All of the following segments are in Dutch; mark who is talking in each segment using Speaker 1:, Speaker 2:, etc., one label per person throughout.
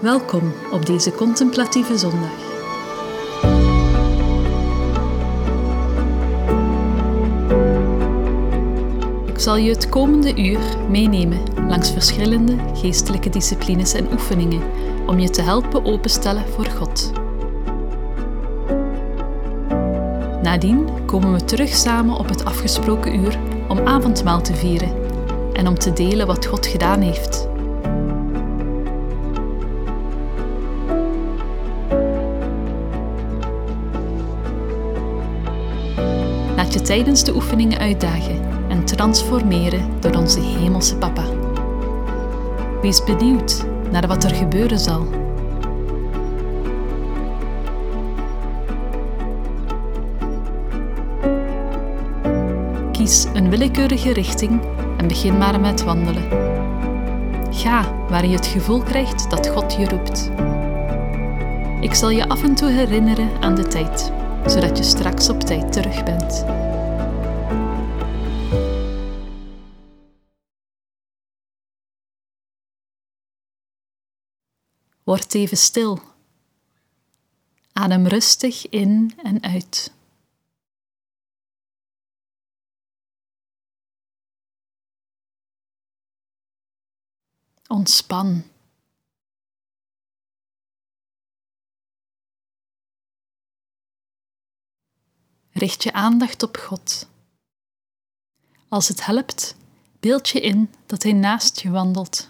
Speaker 1: Welkom op deze contemplatieve zondag. Ik zal je het komende uur meenemen langs verschillende geestelijke disciplines en oefeningen om je te helpen openstellen voor God. Nadien komen we terug samen op het afgesproken uur om avondmaal te vieren en om te delen wat God gedaan heeft. Laat je tijdens de oefeningen uitdagen en transformeren door onze hemelse Papa. Wees benieuwd naar wat er gebeuren zal. Kies een willekeurige richting en begin maar met wandelen. Ga waar je het gevoel krijgt dat God je roept. Ik zal je af en toe herinneren aan de tijd, zodat je straks op tijd terug bent. Word even stil. Adem rustig in en uit. Ontspan. Richt je aandacht op God. Als het helpt, beeld je in dat Hij naast je wandelt.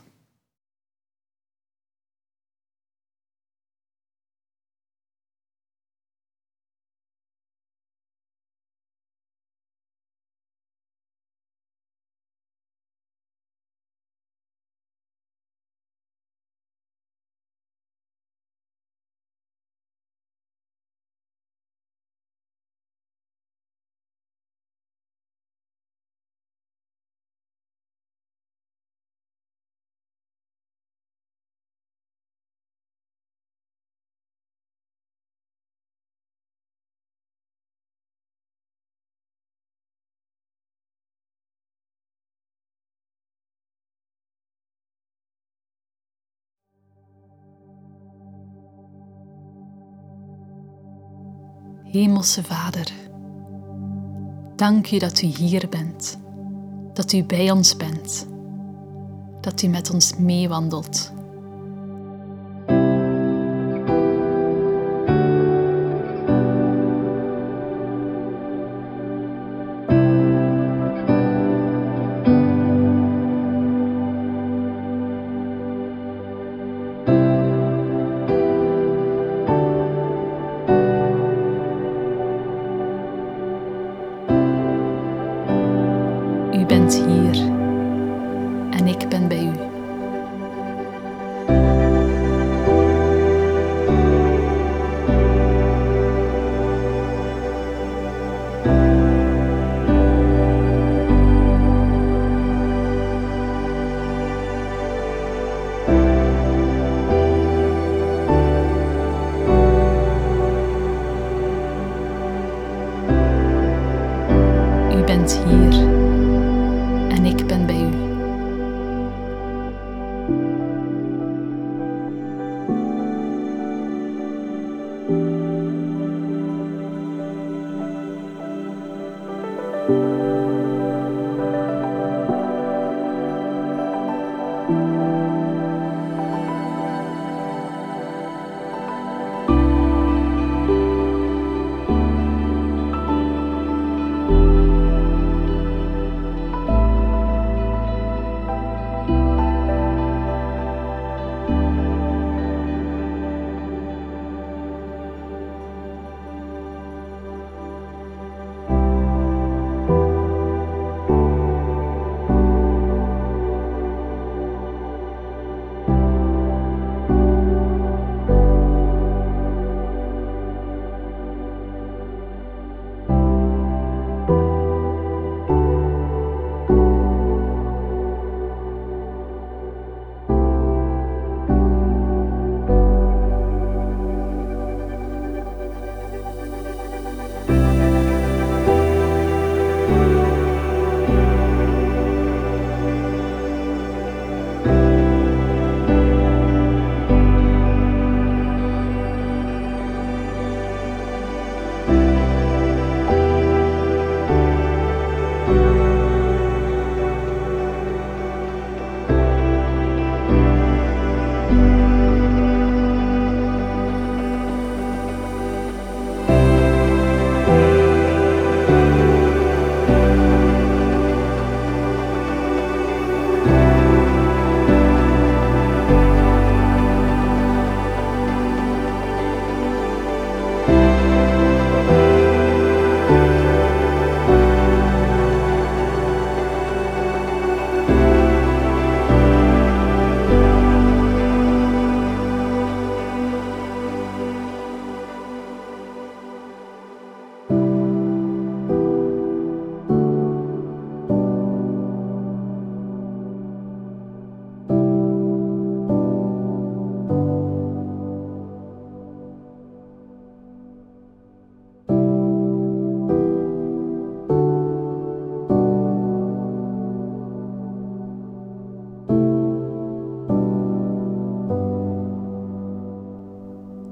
Speaker 1: Hemelse Vader, dank u dat u hier bent, dat u bij ons bent, dat u met ons meewandelt. U bent hier en ik ben bij u. U bent hier en ik ben bij u.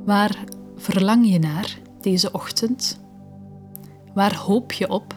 Speaker 1: Waar verlang je naar deze ochtend? Waar hoop je op?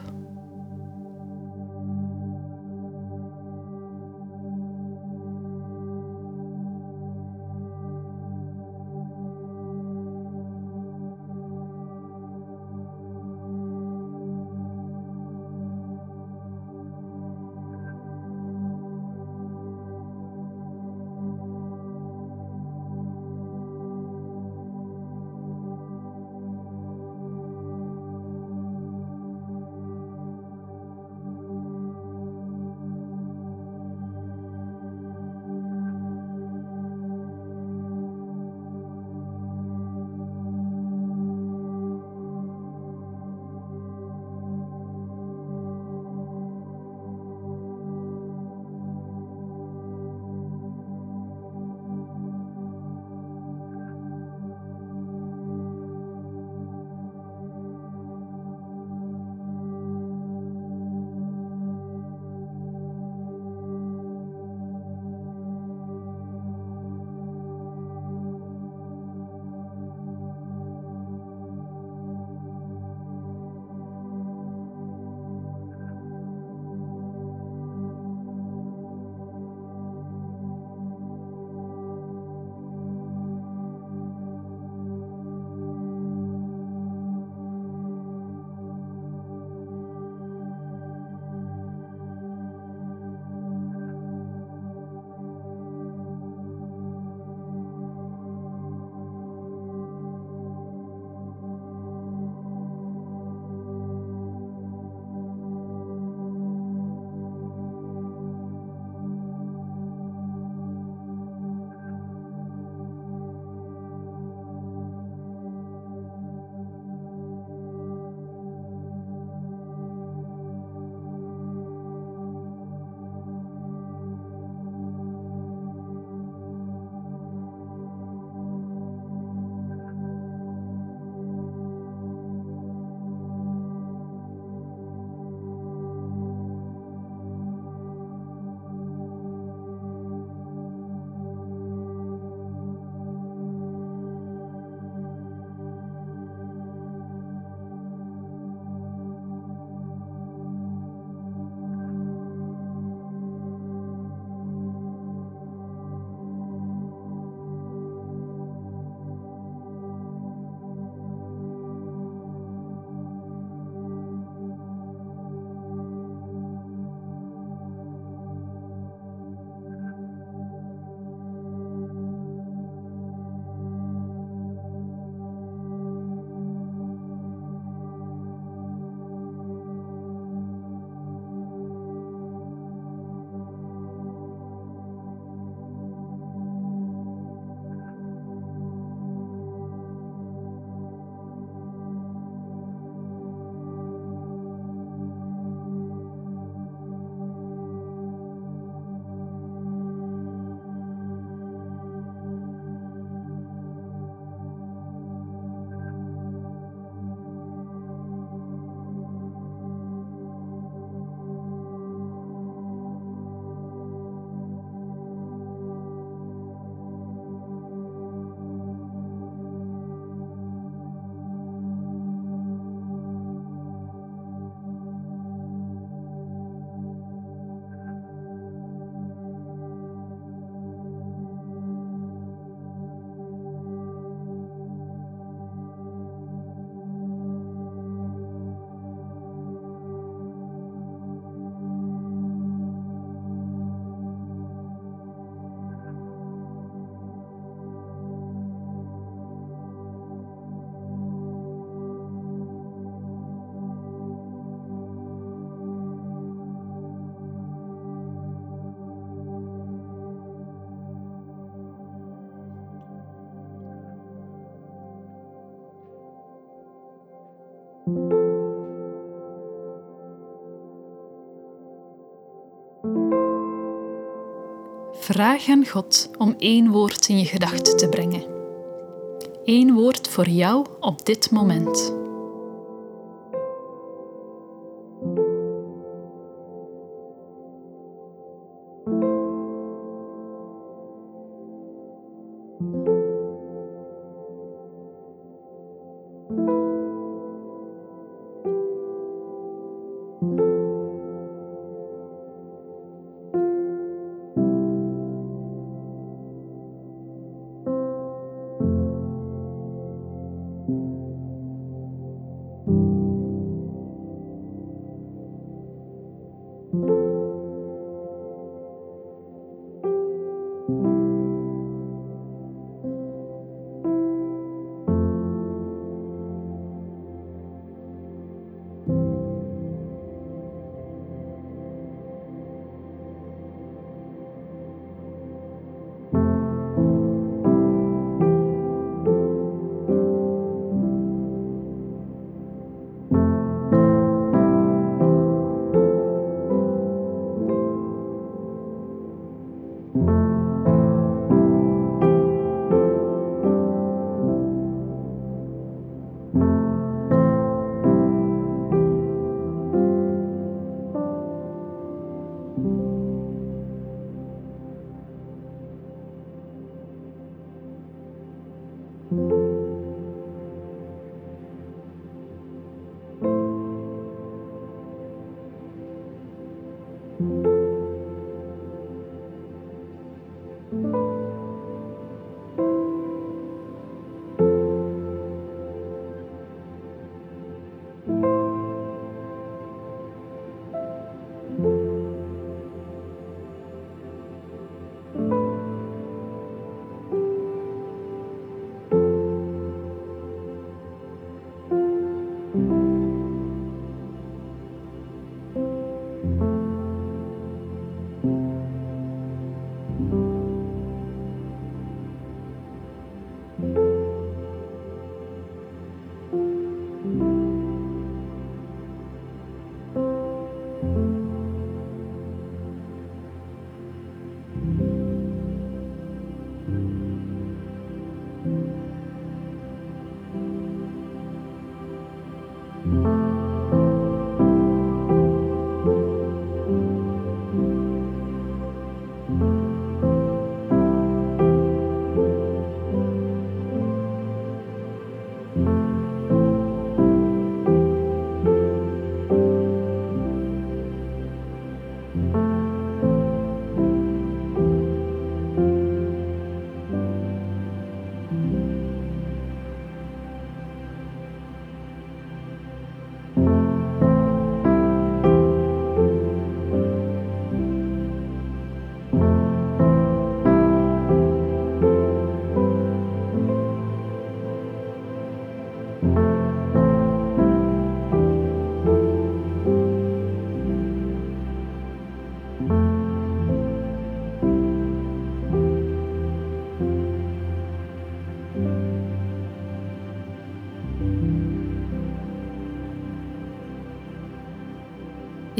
Speaker 1: Vraag aan God om 1 woord in je gedachten te brengen. 1 woord voor jou op dit moment.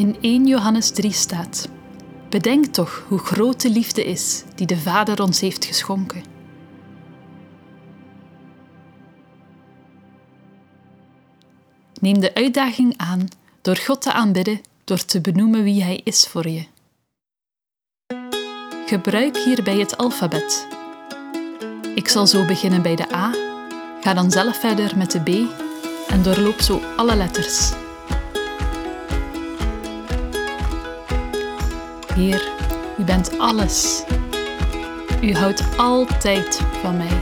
Speaker 1: In 1 Johannes 3 staat: bedenk toch hoe groot de liefde is die de Vader ons heeft geschonken. Neem de uitdaging aan door God te aanbidden door te benoemen wie Hij is voor je. Gebruik hierbij het alfabet. Ik zal zo beginnen bij de A, ga dan zelf verder met de B en doorloop zo alle letters. Heer, u bent alles. U houdt altijd van mij.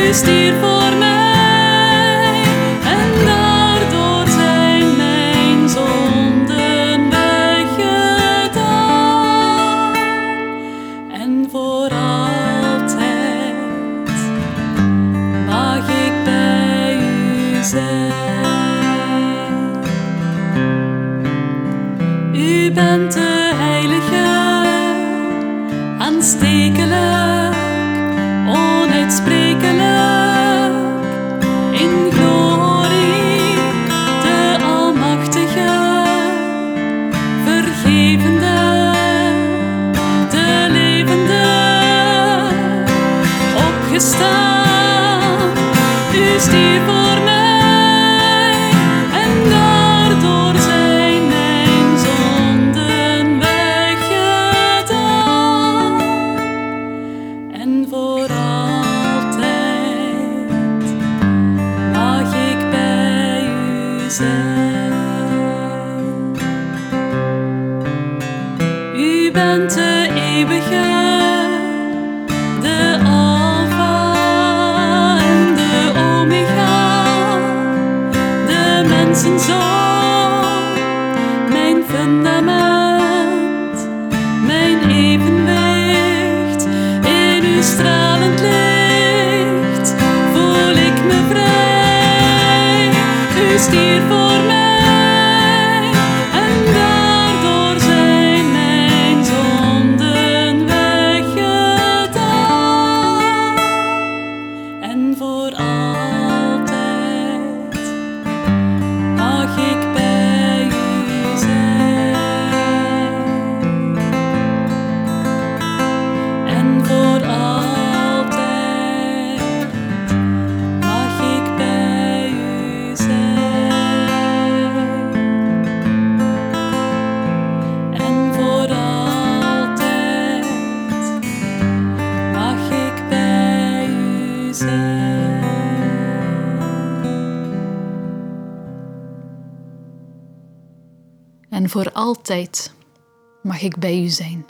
Speaker 1: U stierf voor mij en daardoor zijn mijn zonden weggedaan. En voor altijd mag ik bij u zijn. U bent de heilige, aanstekelijk, onuitsprekelijk, in glorie, de almachtige, vergevende, de levende, opgestaan. U stierf voor mij en daardoor zijn mijn zonden weggedaan. En voor altijd mag ik bij u zijn. U bent de eeuwige, de Alpha en de Omega, de mensenzoon, mijn fundament, mijn evenwicht. In uw stralend licht voel ik me vrij. U stierf voor mij en daardoor zijn mijn zonden weggedaan. En voor altijd mag ik bij u zijn. En voor altijd mag ik bij u zijn. En voor altijd mag ik bij u zijn. En voor altijd mag ik bij u zijn.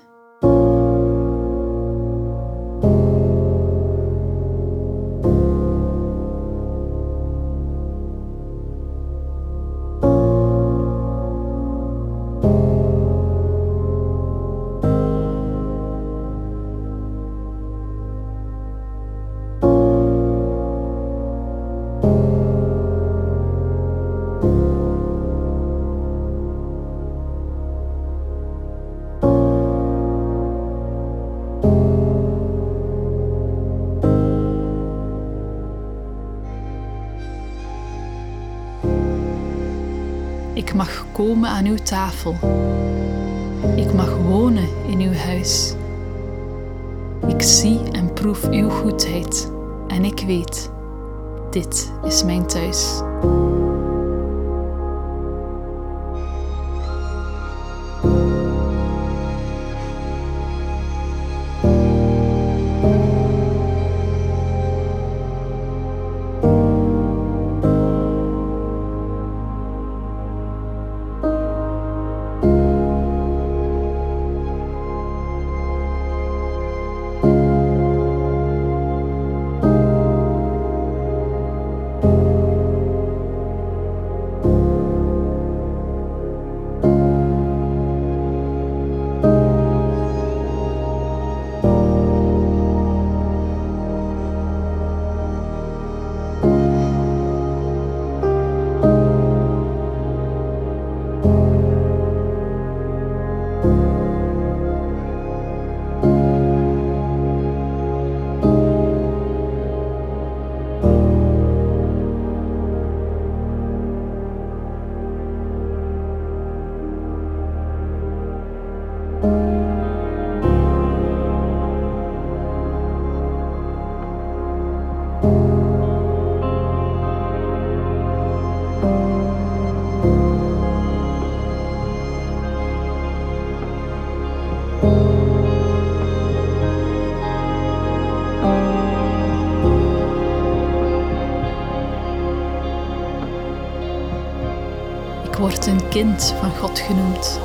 Speaker 1: Ik mag komen aan uw tafel. Ik mag wonen in uw huis. Ik zie en proef uw goedheid en ik weet, dit is mijn thuis. wordt een kind van God genoemd.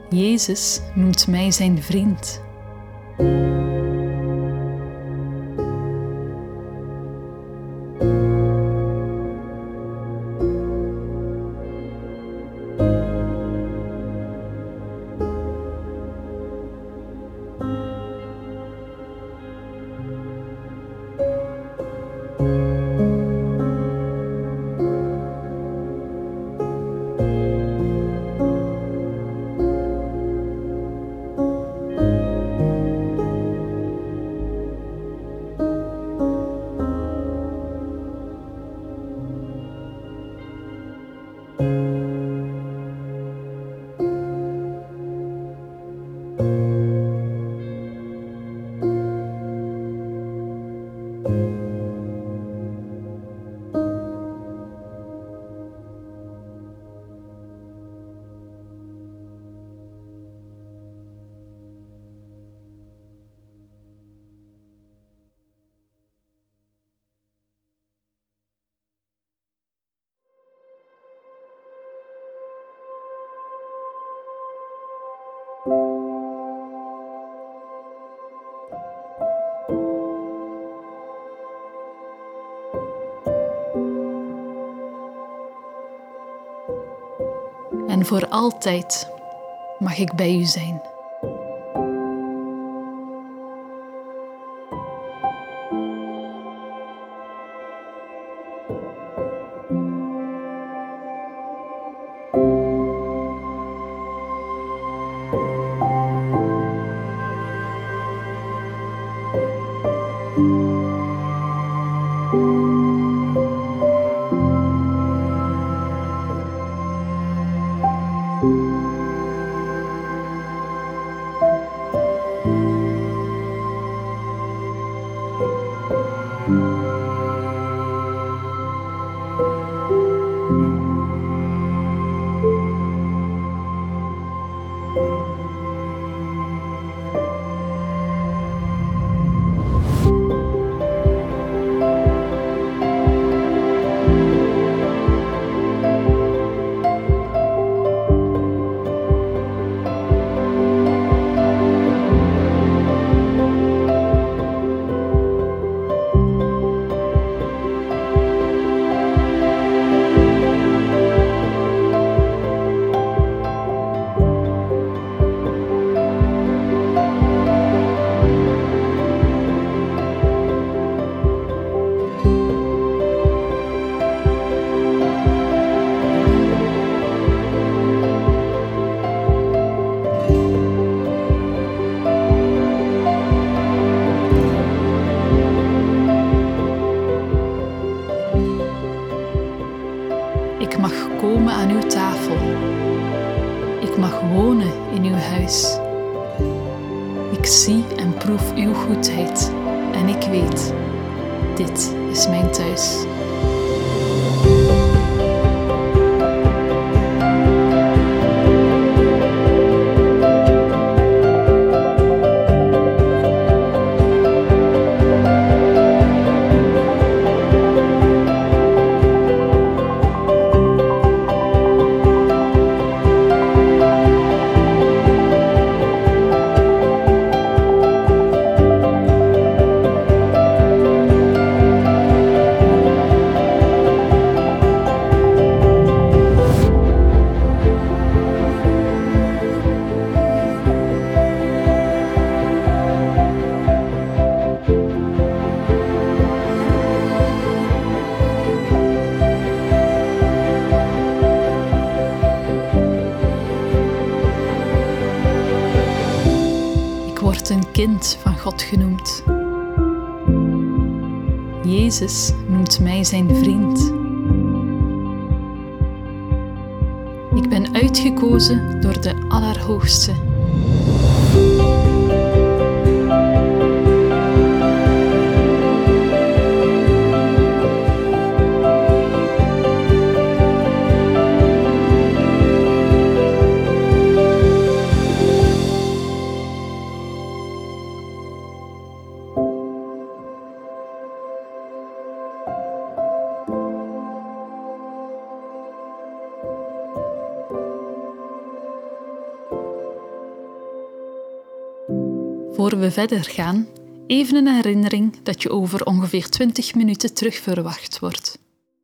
Speaker 1: Jezus noemt mij zijn vriend. En voor altijd mag ik bij u zijn. Ik mag komen aan uw tafel. Ik mag wonen in uw huis. Ik zie en proef uw goedheid en ik weet, dit is mijn thuis. Wordt een kind van God genoemd. Jezus noemt mij zijn vriend. Ik ben uitgekozen door de Allerhoogste. Voor we verder gaan, even een herinnering dat je over ongeveer 20 minuten terug verwacht wordt.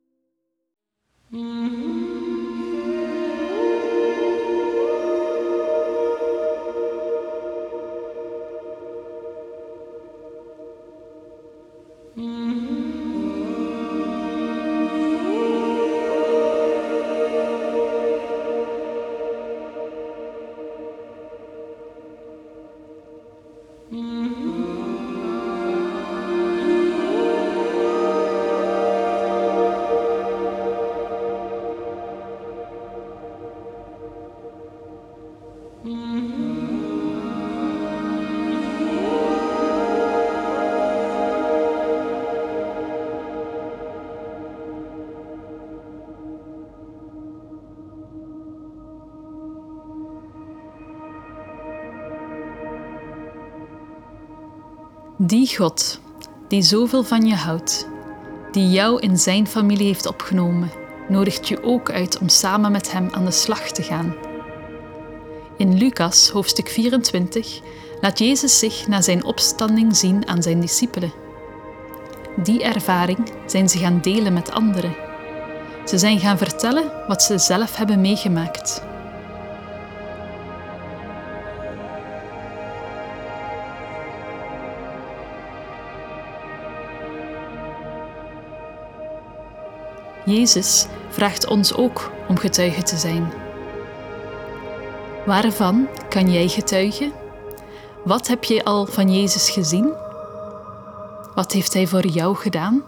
Speaker 1: Die God, die zoveel van je houdt, die jou in zijn familie heeft opgenomen, nodigt je ook uit om samen met hem aan de slag te gaan. In Lucas, hoofdstuk 24, laat Jezus zich na zijn opstanding zien aan zijn discipelen. Die ervaring zijn ze gaan delen met anderen. Ze zijn gaan vertellen wat ze zelf hebben meegemaakt. Jezus vraagt ons ook om getuige te zijn. Waarvan kan jij getuigen? Wat heb je al van Jezus gezien? Wat heeft Hij voor jou gedaan?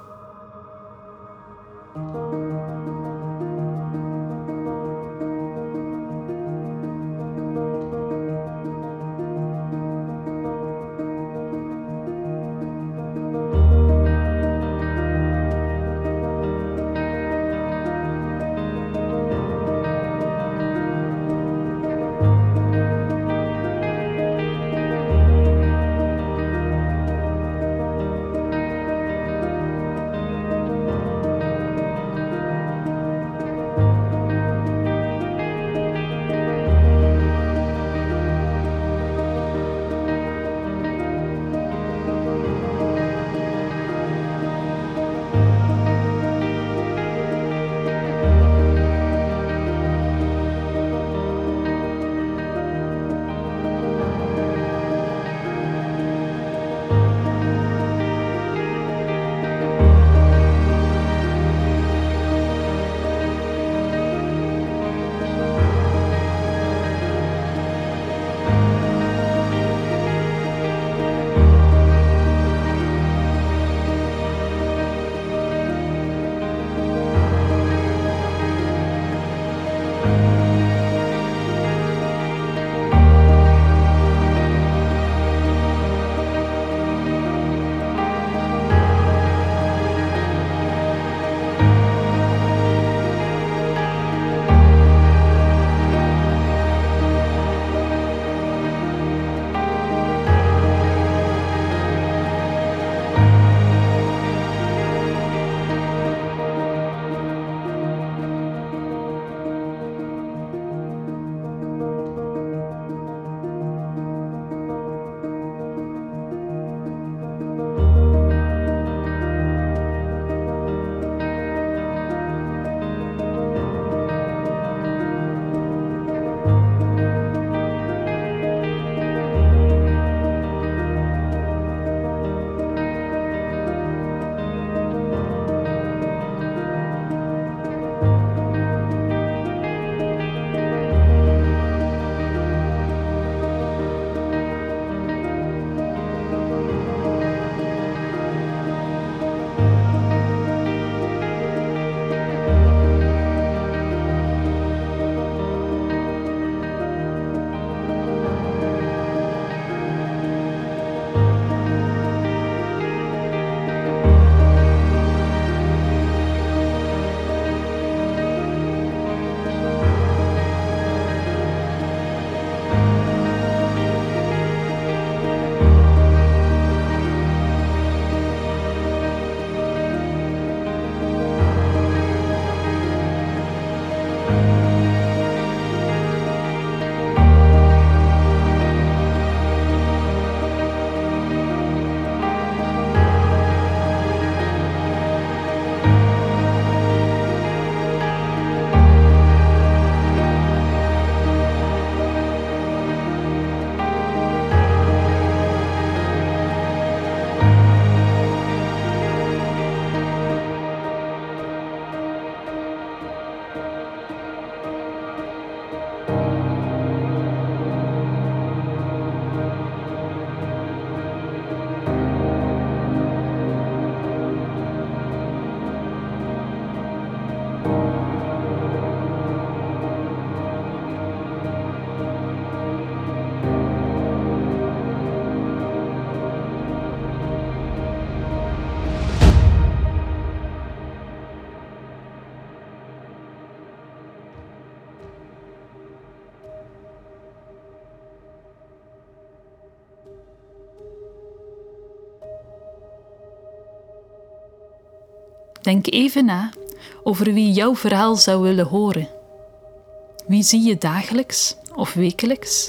Speaker 1: Denk even na over wie jouw verhaal zou willen horen. Wie zie je dagelijks of wekelijks?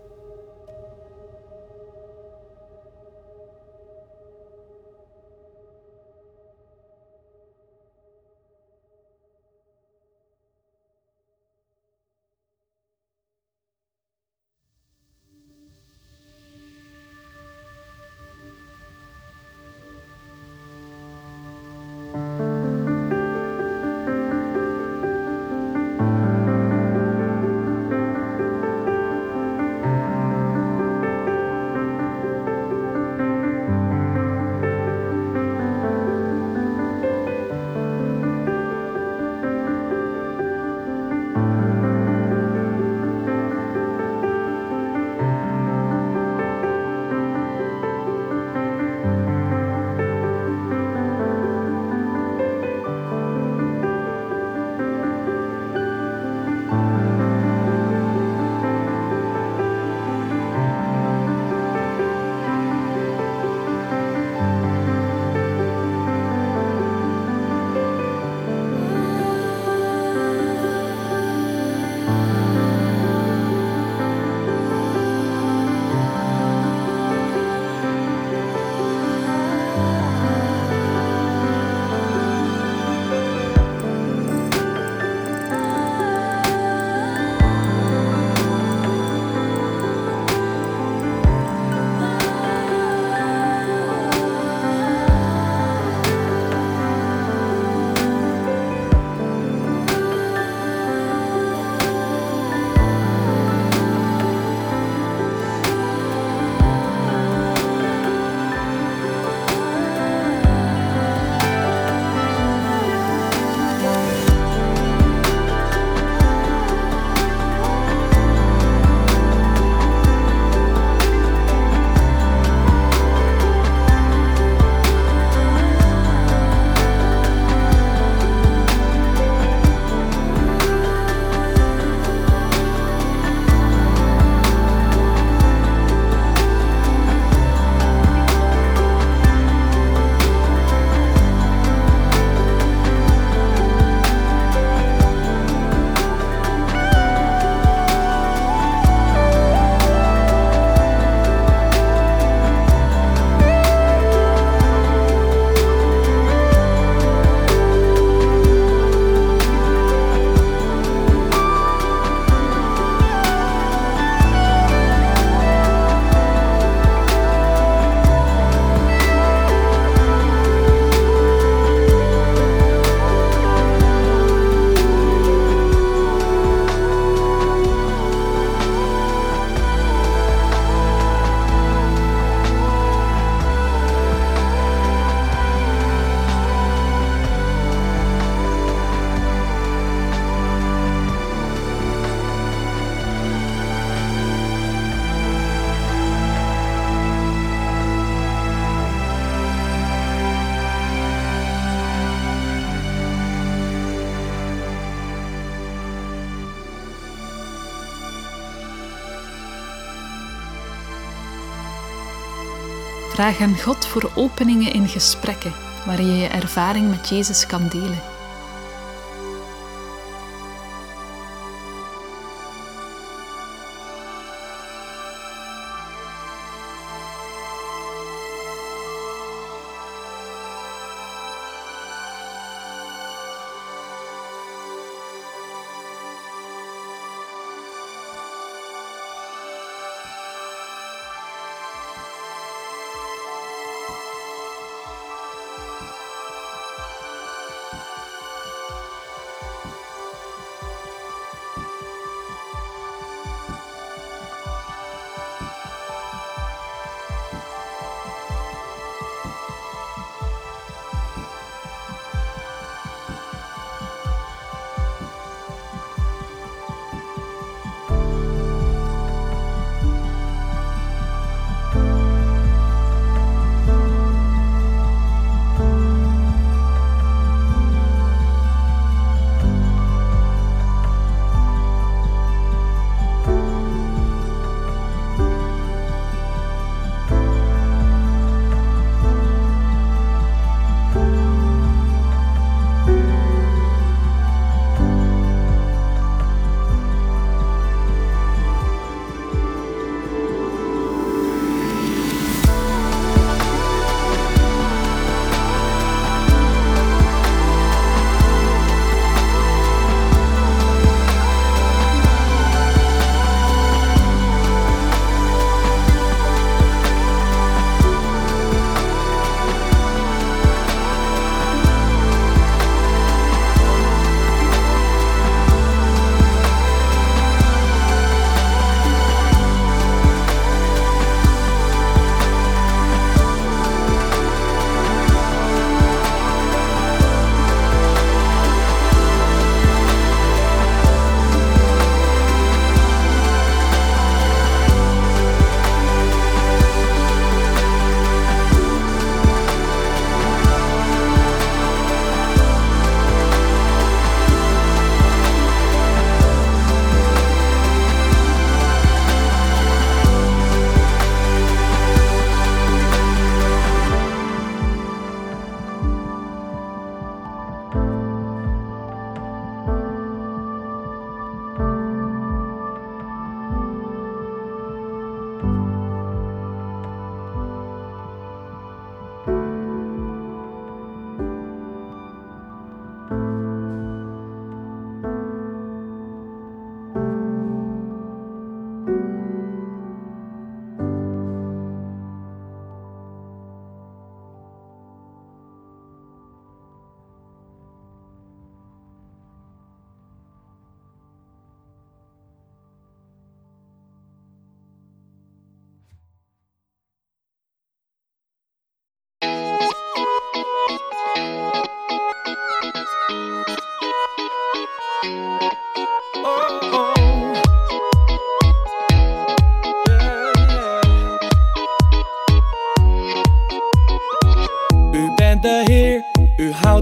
Speaker 1: Vraag aan God voor openingen in gesprekken, waarin je je ervaring met Jezus kan delen.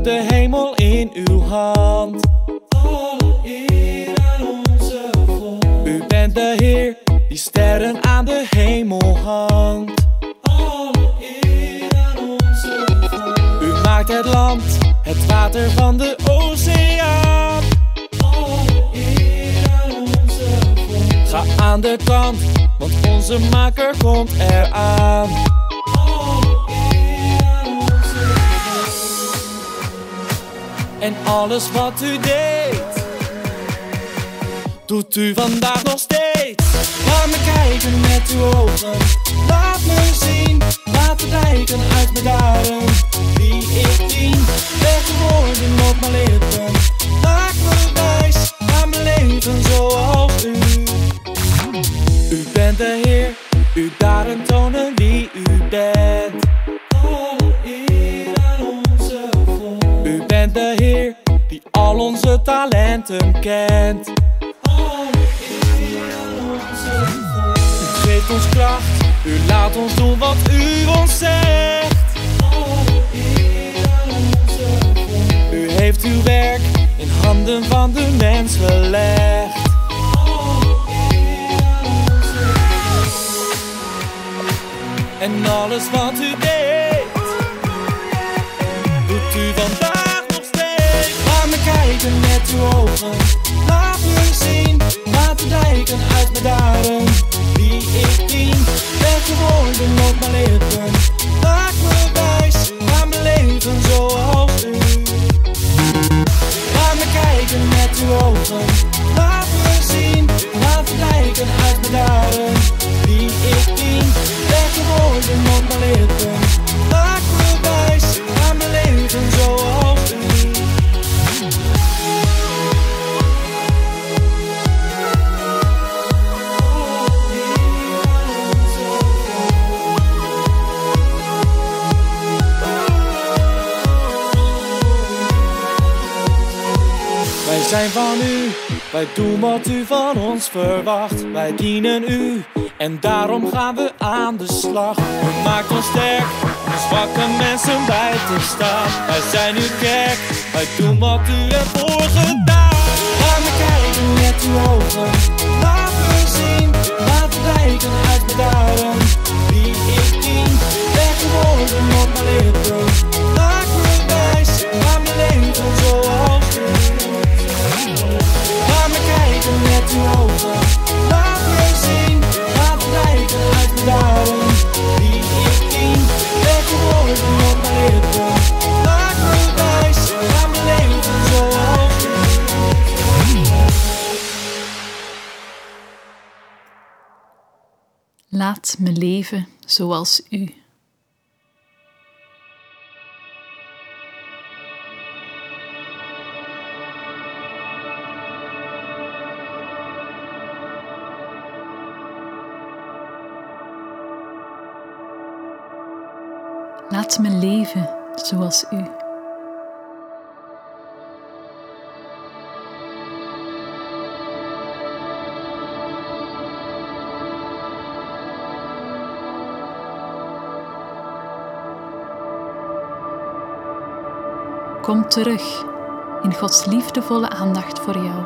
Speaker 2: houdt de hemel in uw hand. Alle eer aan onze God. U bent de Heer die sterren aan de hemel hangt. Alle eer aan onze God. U maakt het land, het water van de oceaan. Alle eer aan onze God. Ga aan de kant, want onze maker komt eraan. En alles wat u deed, doet u vandaag nog steeds. Laat me kijken met uw ogen, laat me zien, laat blijken uit mijn daden wie ik dien. Leg de woorden op mijn lippen, maak me wijs aan mijn leven zoals u. U bent de Heer, uw daden tonen wie u bent. Alle eer aan onze God. U bent de Heer die al onze talenten kent. Alle eer aan onze God. U geeft ons kracht, u laat ons doen wat u ons zegt. Alle eer aan onze God. U heeft uw werk in handen van de mens gelegd. En alles wat u deed, doet u vandaag nog steeds. Laat me kijken met uw ogen, laat me zien, laat blijken uit mijn daden wie ik dien. Leg de woorden op mijn lippen, maak me wijs aan mijn leven zoals u. Laat me kijken met uw ogen, laat me zien, laat blijken uit mijn daden wie ik dien. Leg de woorden op mijn lippen, maak me wijs aan mijn leven zoals u. Wij zijn van u, wij doen wat u van ons verwacht. Wij dienen u en daarom gaan we aan de slag. U maakt ons sterk om zwakke mensen bij te staan. Wij zijn uw kerk, wij doen wat u ervoor gedaan. Laat me kijken met uw ogen, laat me zien, laat blijken uit mijn daden wie ik dien. Leg de woorden op mijn lippen, maak me wijs aan mijn leven zoals u. Laat me kijken met uw ogen, laat me zien, laat blijken uit mijn daden wie ik dien. Leg de woorden op mijn lippen, maak me wijs aan mijn leven zoals u.
Speaker 1: Laat me leven zoals u. Laat me leven zoals u. Kom terug in Gods liefdevolle aandacht voor jou.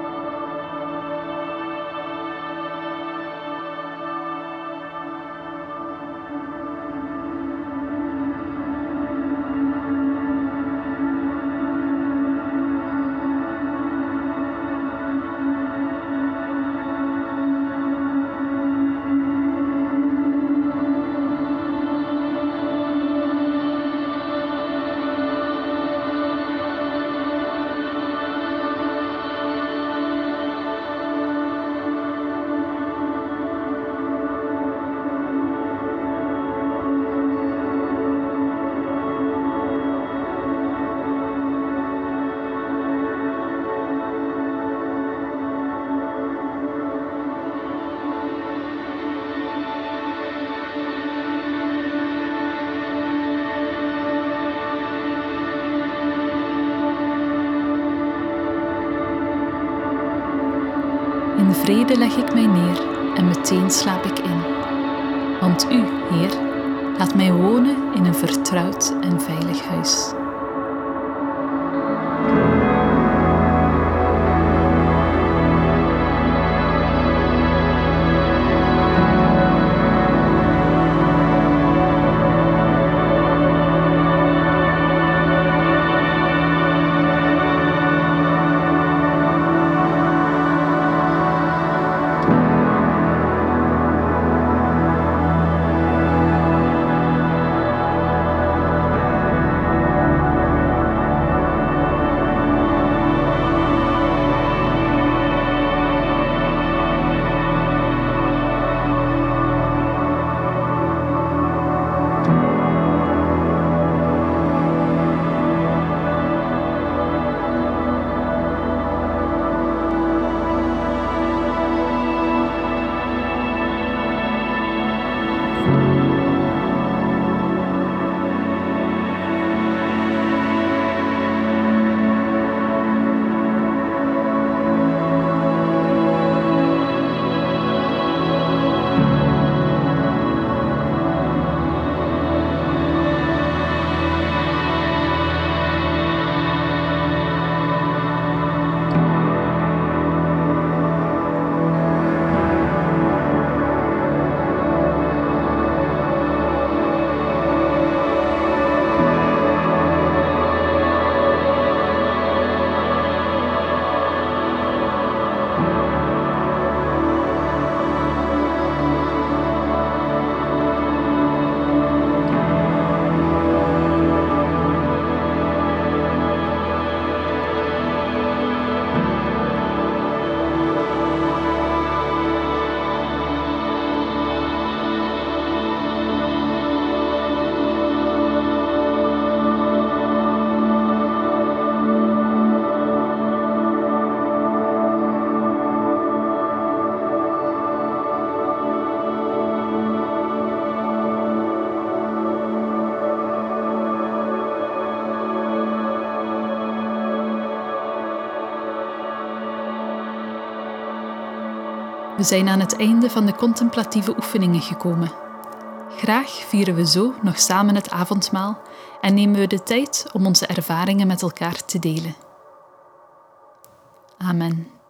Speaker 1: In vrede leg ik mij neer en meteen slaap ik in. Want u, Heer, laat mij wonen in een vertrouwd en veilig huis. We zijn aan het einde van de contemplatieve oefeningen gekomen. Graag vieren we zo nog samen het avondmaal en nemen we de tijd om onze ervaringen met elkaar te delen. Amen.